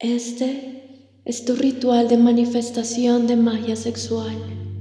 Este es tu ritual de manifestación de magia sexual.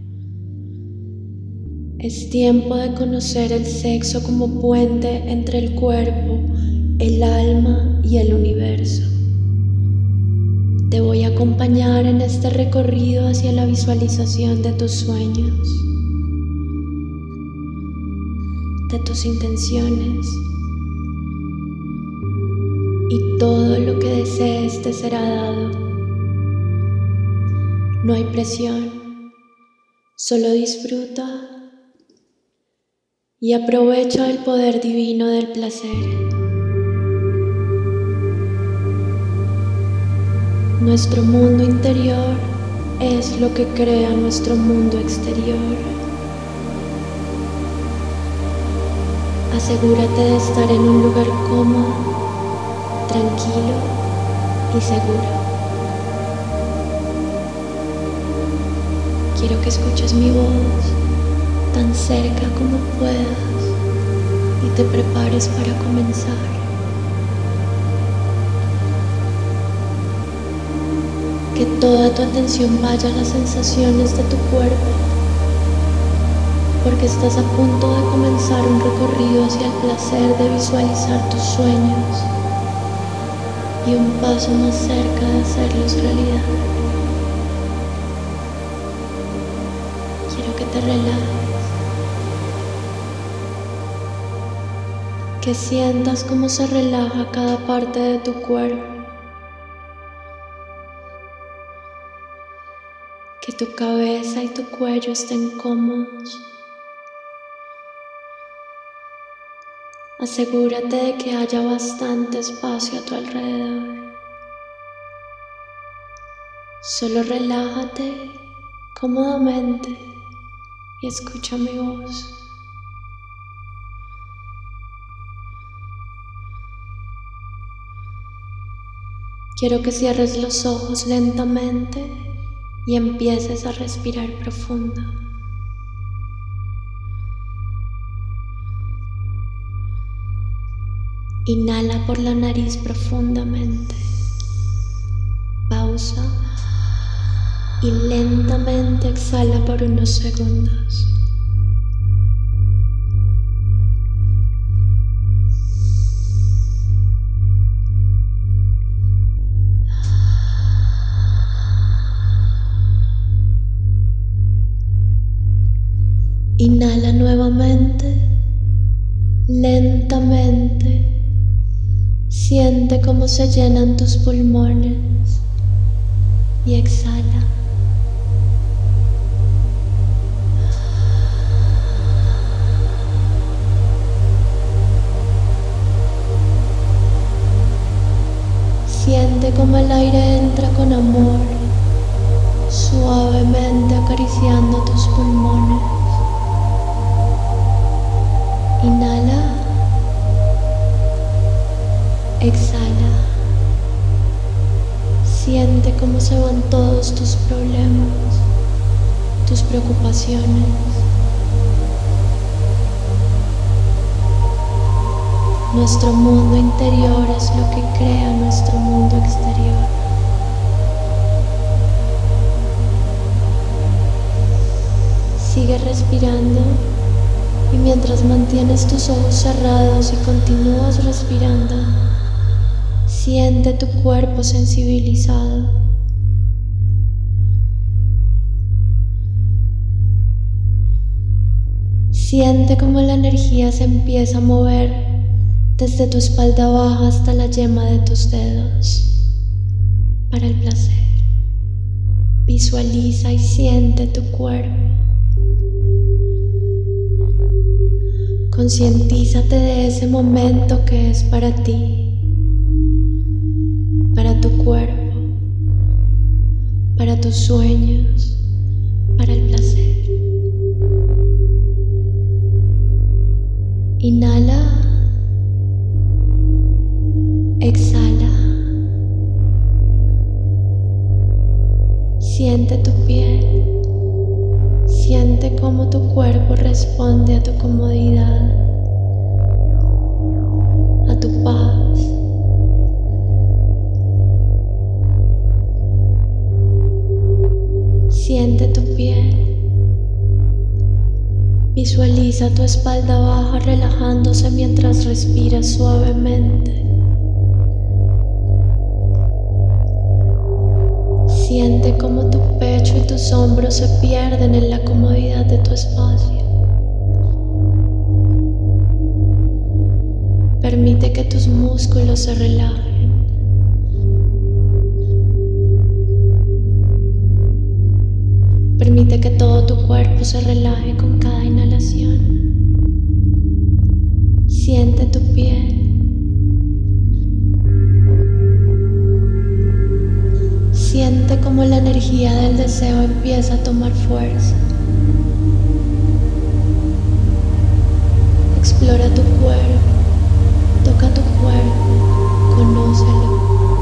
Es tiempo de conocer el sexo como puente entre el cuerpo, el alma y el universo. Te voy a acompañar en este recorrido hacia la visualización de tus sueños, de tus intenciones, y todo lo que desees te será dado. No hay presión, solo disfruta y aprovecha el poder divino del placer. Nuestro mundo interior es lo que crea nuestro mundo exterior. Asegúrate de estar en un lugar cómodo, tranquilo y seguro. Quiero que escuches mi voz tan cerca como puedas y te prepares para comenzar. Que toda tu atención vaya a las sensaciones de tu cuerpo, porque estás a punto de comenzar un recorrido hacia el placer de visualizar tus sueños y un paso más cerca de hacerlos realidad. Quiero que te relajes, que sientas cómo se relaja cada parte de tu cuerpo, que tu cabeza y tu cuello estén cómodos. Asegúrate de que haya bastante espacio a tu alrededor. Solo relájate cómodamente y escucha mi voz. Quiero que cierres los ojos lentamente y empieces a respirar profundo. Inhala por la nariz profundamente. Pausa y lentamente exhala por unos segundos. Inhala nuevamente, lentamente. Siente cómo se llenan tus pulmones y exhala. Siente cómo el aire entra con amor, suavemente acariciando tus pulmones. Inhala, exhala. Siente cómo se van todos tus problemas, tus preocupaciones. Nuestro mundo interior es lo que crea nuestro mundo exterior. Sigue respirando. Y mientras mantienes tus ojos cerrados y continúas respirando, siente tu cuerpo sensibilizado. Siente cómo la energía se empieza a mover desde tu espalda baja hasta la yema de tus dedos para el placer. Visualiza y siente tu cuerpo. Concientízate de ese momento que es para ti, para tu cuerpo, para tus sueños, para el placer. Inhala, exhala. Siente tu piel. Siente cómo tu cuerpo responde a tu comodidad, a tu paz. Siente tu piel. Visualiza tu espalda baja relajándose mientras respiras suavemente. Siente cómo tu pecho y tus hombros se pierden en la comodidad de tu espacio. Permite que tus músculos se relajen. Permite que todo tu cuerpo se relaje con cada inhalación. Siente tu piel. Siente cómo la energía del deseo empieza a tomar fuerza. Explora tu cuerpo, toca tu cuerpo, conócelo.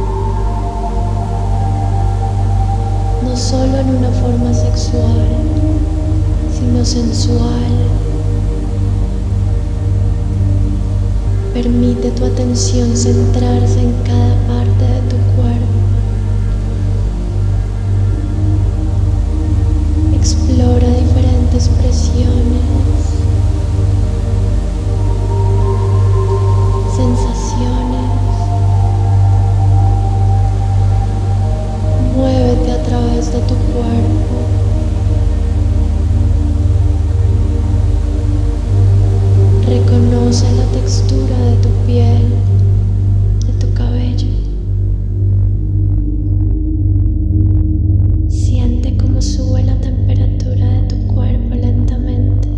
No solo en una forma sexual, sino sensual. Permite tu atención centrarse en cada parte de tu cuerpo. Explora diferentes presiones, sensaciones. Muévete a través de tu cuerpo. Reconoce la textura de tu piel, de tu cabello. Siente cómo sube la temperatura de tu cuerpo lentamente.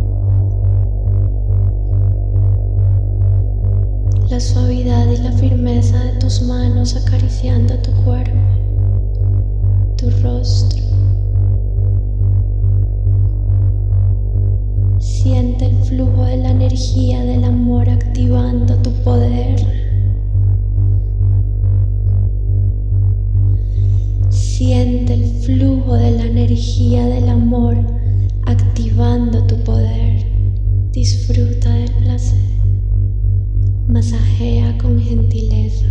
La suavidad y la firmeza de tus manos acariciando tu cuerpo, tu rostro. Siente el flujo de la energía del amor activando tu poder. Siente el flujo de la energía del amor activando tu poder. Disfruta del placer. Masajea con gentileza.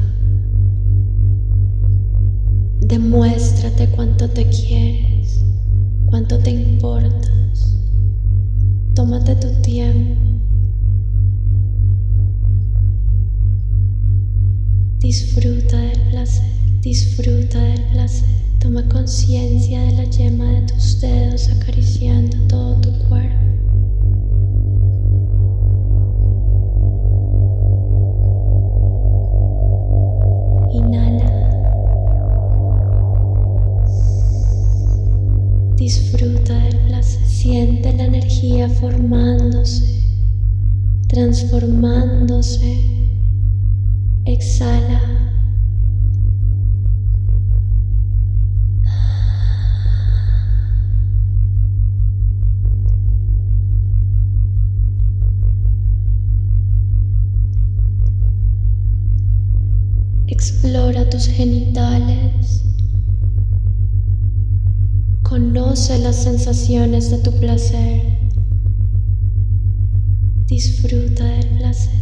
Demuéstrate cuánto te quieres, cuánto te importas. Tómate tu tiempo. Disfruta del placer, disfruta del placer. Toma conciencia de la yema de tus dedos acariciando todo tu cuerpo. Inhala. Disfruta del placer. Siente la energía formándose, transformándose. Exhala. Explora tus genitales. Conoce las sensaciones de tu placer. Disfruta del placer.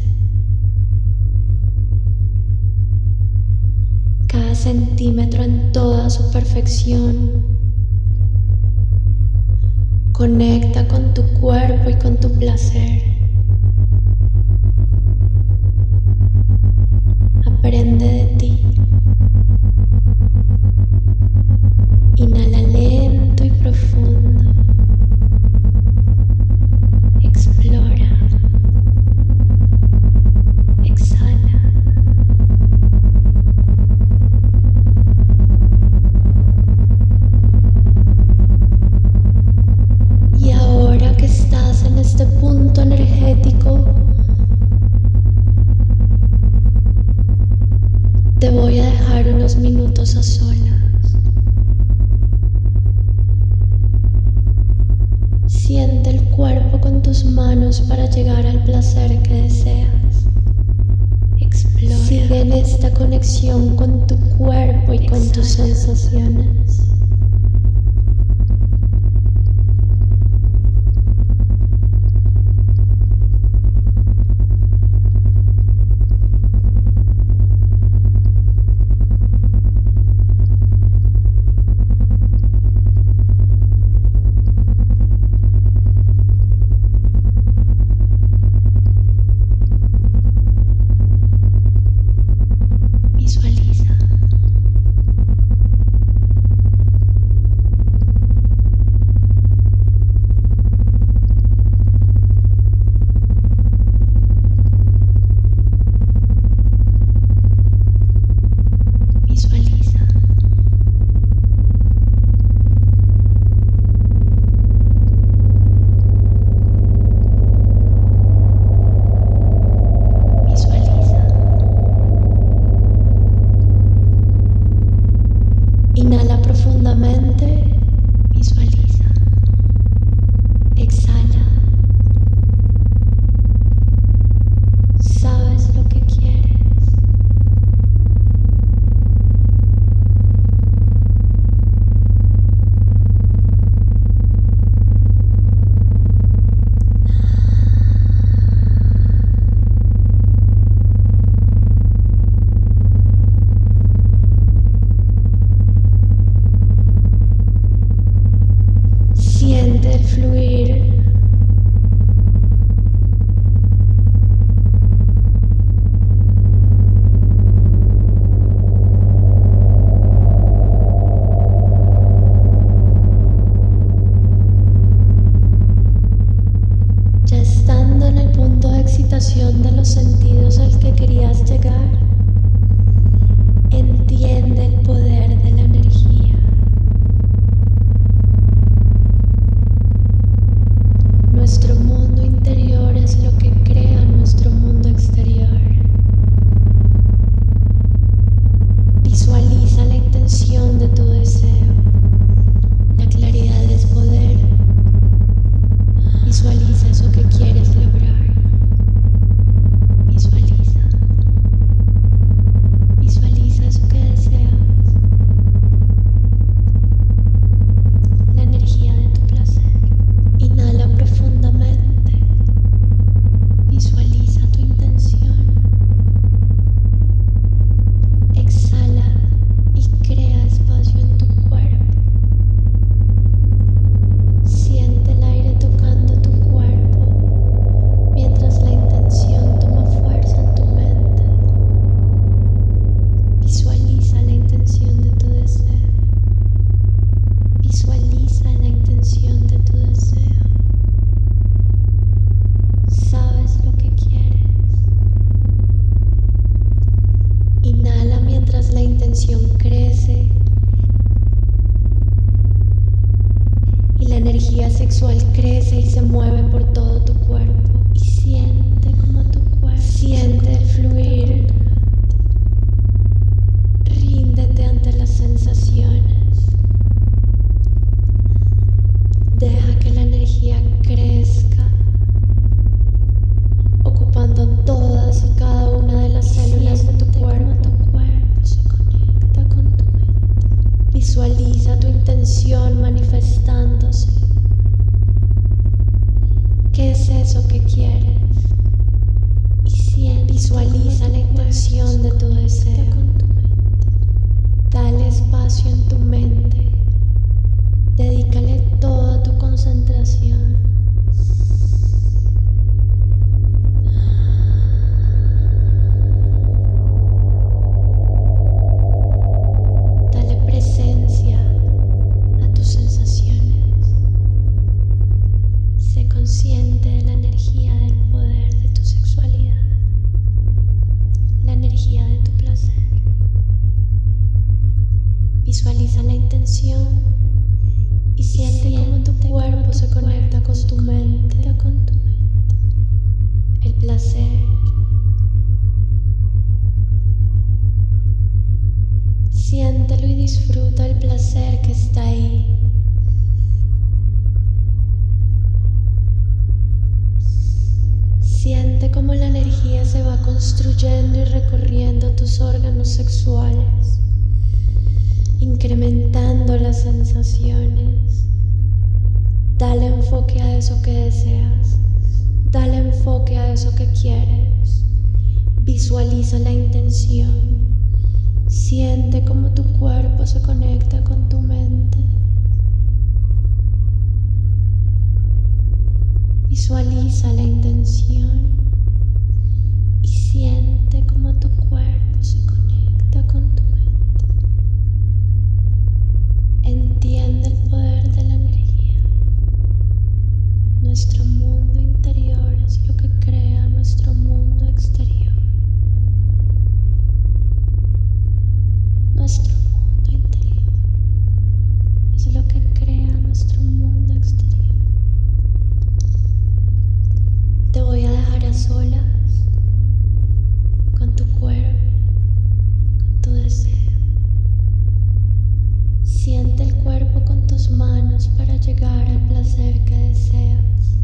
Cada centímetro en toda su perfección. Conecta con tu cuerpo y con tu placer. Aprende de ti. Inhala lento y profundo. Explora. Exhala. Y ahora que estás en este punto energético, te voy a dejar unos minutos a solas. Siente el cuerpo con tus manos para llegar al placer que deseas. Explora. Sigue en esta conexión con tu cuerpo y con tus sensaciones. profundamente, visualiza. Exhala. Sabes lo que quieres. Siente el fluir. Ya estando en el punto de excitación de los sentidos al que querías llegar, entiende el poder de la energía. Nuestro mundo interior es lo que crea nuestro mundo exterior. Visualiza la intención de tu deseo. La claridad es poder. Visualiza eso que quieres lograr. Visualiza. Visualiza eso que deseas. La energía de tu placer. Inhala profundamente. Visualiza tu intención. Exhala y crea espacio en tu cuerpo. Siente el aire tocando tu cuerpo mientras la intención toma fuerza en tu mente. Visualiza la intención de tu deseo. Visualiza la intención de tu deseo. Sabes lo que quieres. Inhala mientras la intención crece y la energía sexual crece y se mueve por todo tu cuerpo. Y siente como tu cuerpo siente el fluir. Ríndete ante las sensaciones. Deja que la energía crezca, ocupando todas y cada una de las células de tu cuerpo. Tu cuerpo se conecta con tu mente. Visualiza tu intención manifestándose. ¿Qué es eso que quieres? Y siente, visualiza la intención de tu deseo. Dale espacio en tu mente. Dedícale toda tu concentración. Dale presencia a tus sensaciones. Sé consciente de la energía del poder de tu sexualidad, la energía de tu placer. Visualiza la intención y siente cómo tu cuerpo se conecta con tu mente. El placer. Siéntelo y disfruta el placer que está ahí. Siente cómo la energía se va construyendo y recorriendo tus órganos sexuales, incrementando las sensaciones. Dale enfoque a eso que deseas. Dale enfoque a eso que quieres. Visualiza la intención. Siente cómo tu cuerpo se conecta con tu mente. Visualiza la intención y siente cómo tu cuerpo se conecta con tu mente. Entiende el poder de la energía. Nuestro mundo interior es lo que crea nuestro mundo exterior. Nuestro mundo tus manos para llegar al placer que deseas.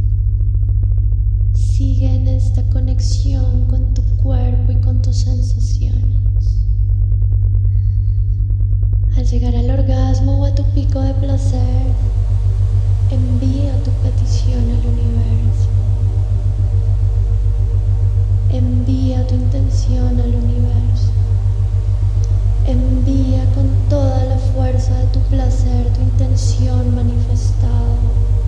Sigue en esta conexión con tu cuerpo y con tus sensaciones. Al llegar al orgasmo o a tu pico de placer, envía tu petición al universo. Envía tu intención al universo. Envía con toda la fuerza de tu placer tu intención manifestada.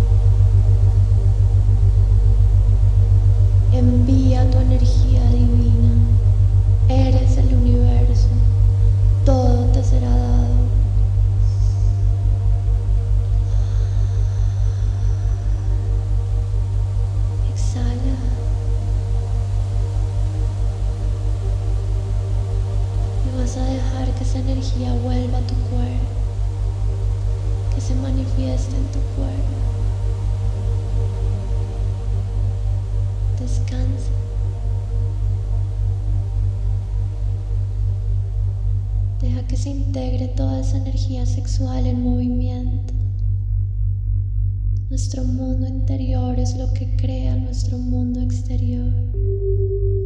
Envía tu energía divina. Eres el universo. Todo te será dado. Exhala. Y vas a dejar que esa energía vuelva a tu cuerpo, que se manifieste en tu cuerpo. Descansa. Deja que se integre toda esa energía sexual en movimiento. Nuestro mundo interior es lo que crea nuestro mundo exterior.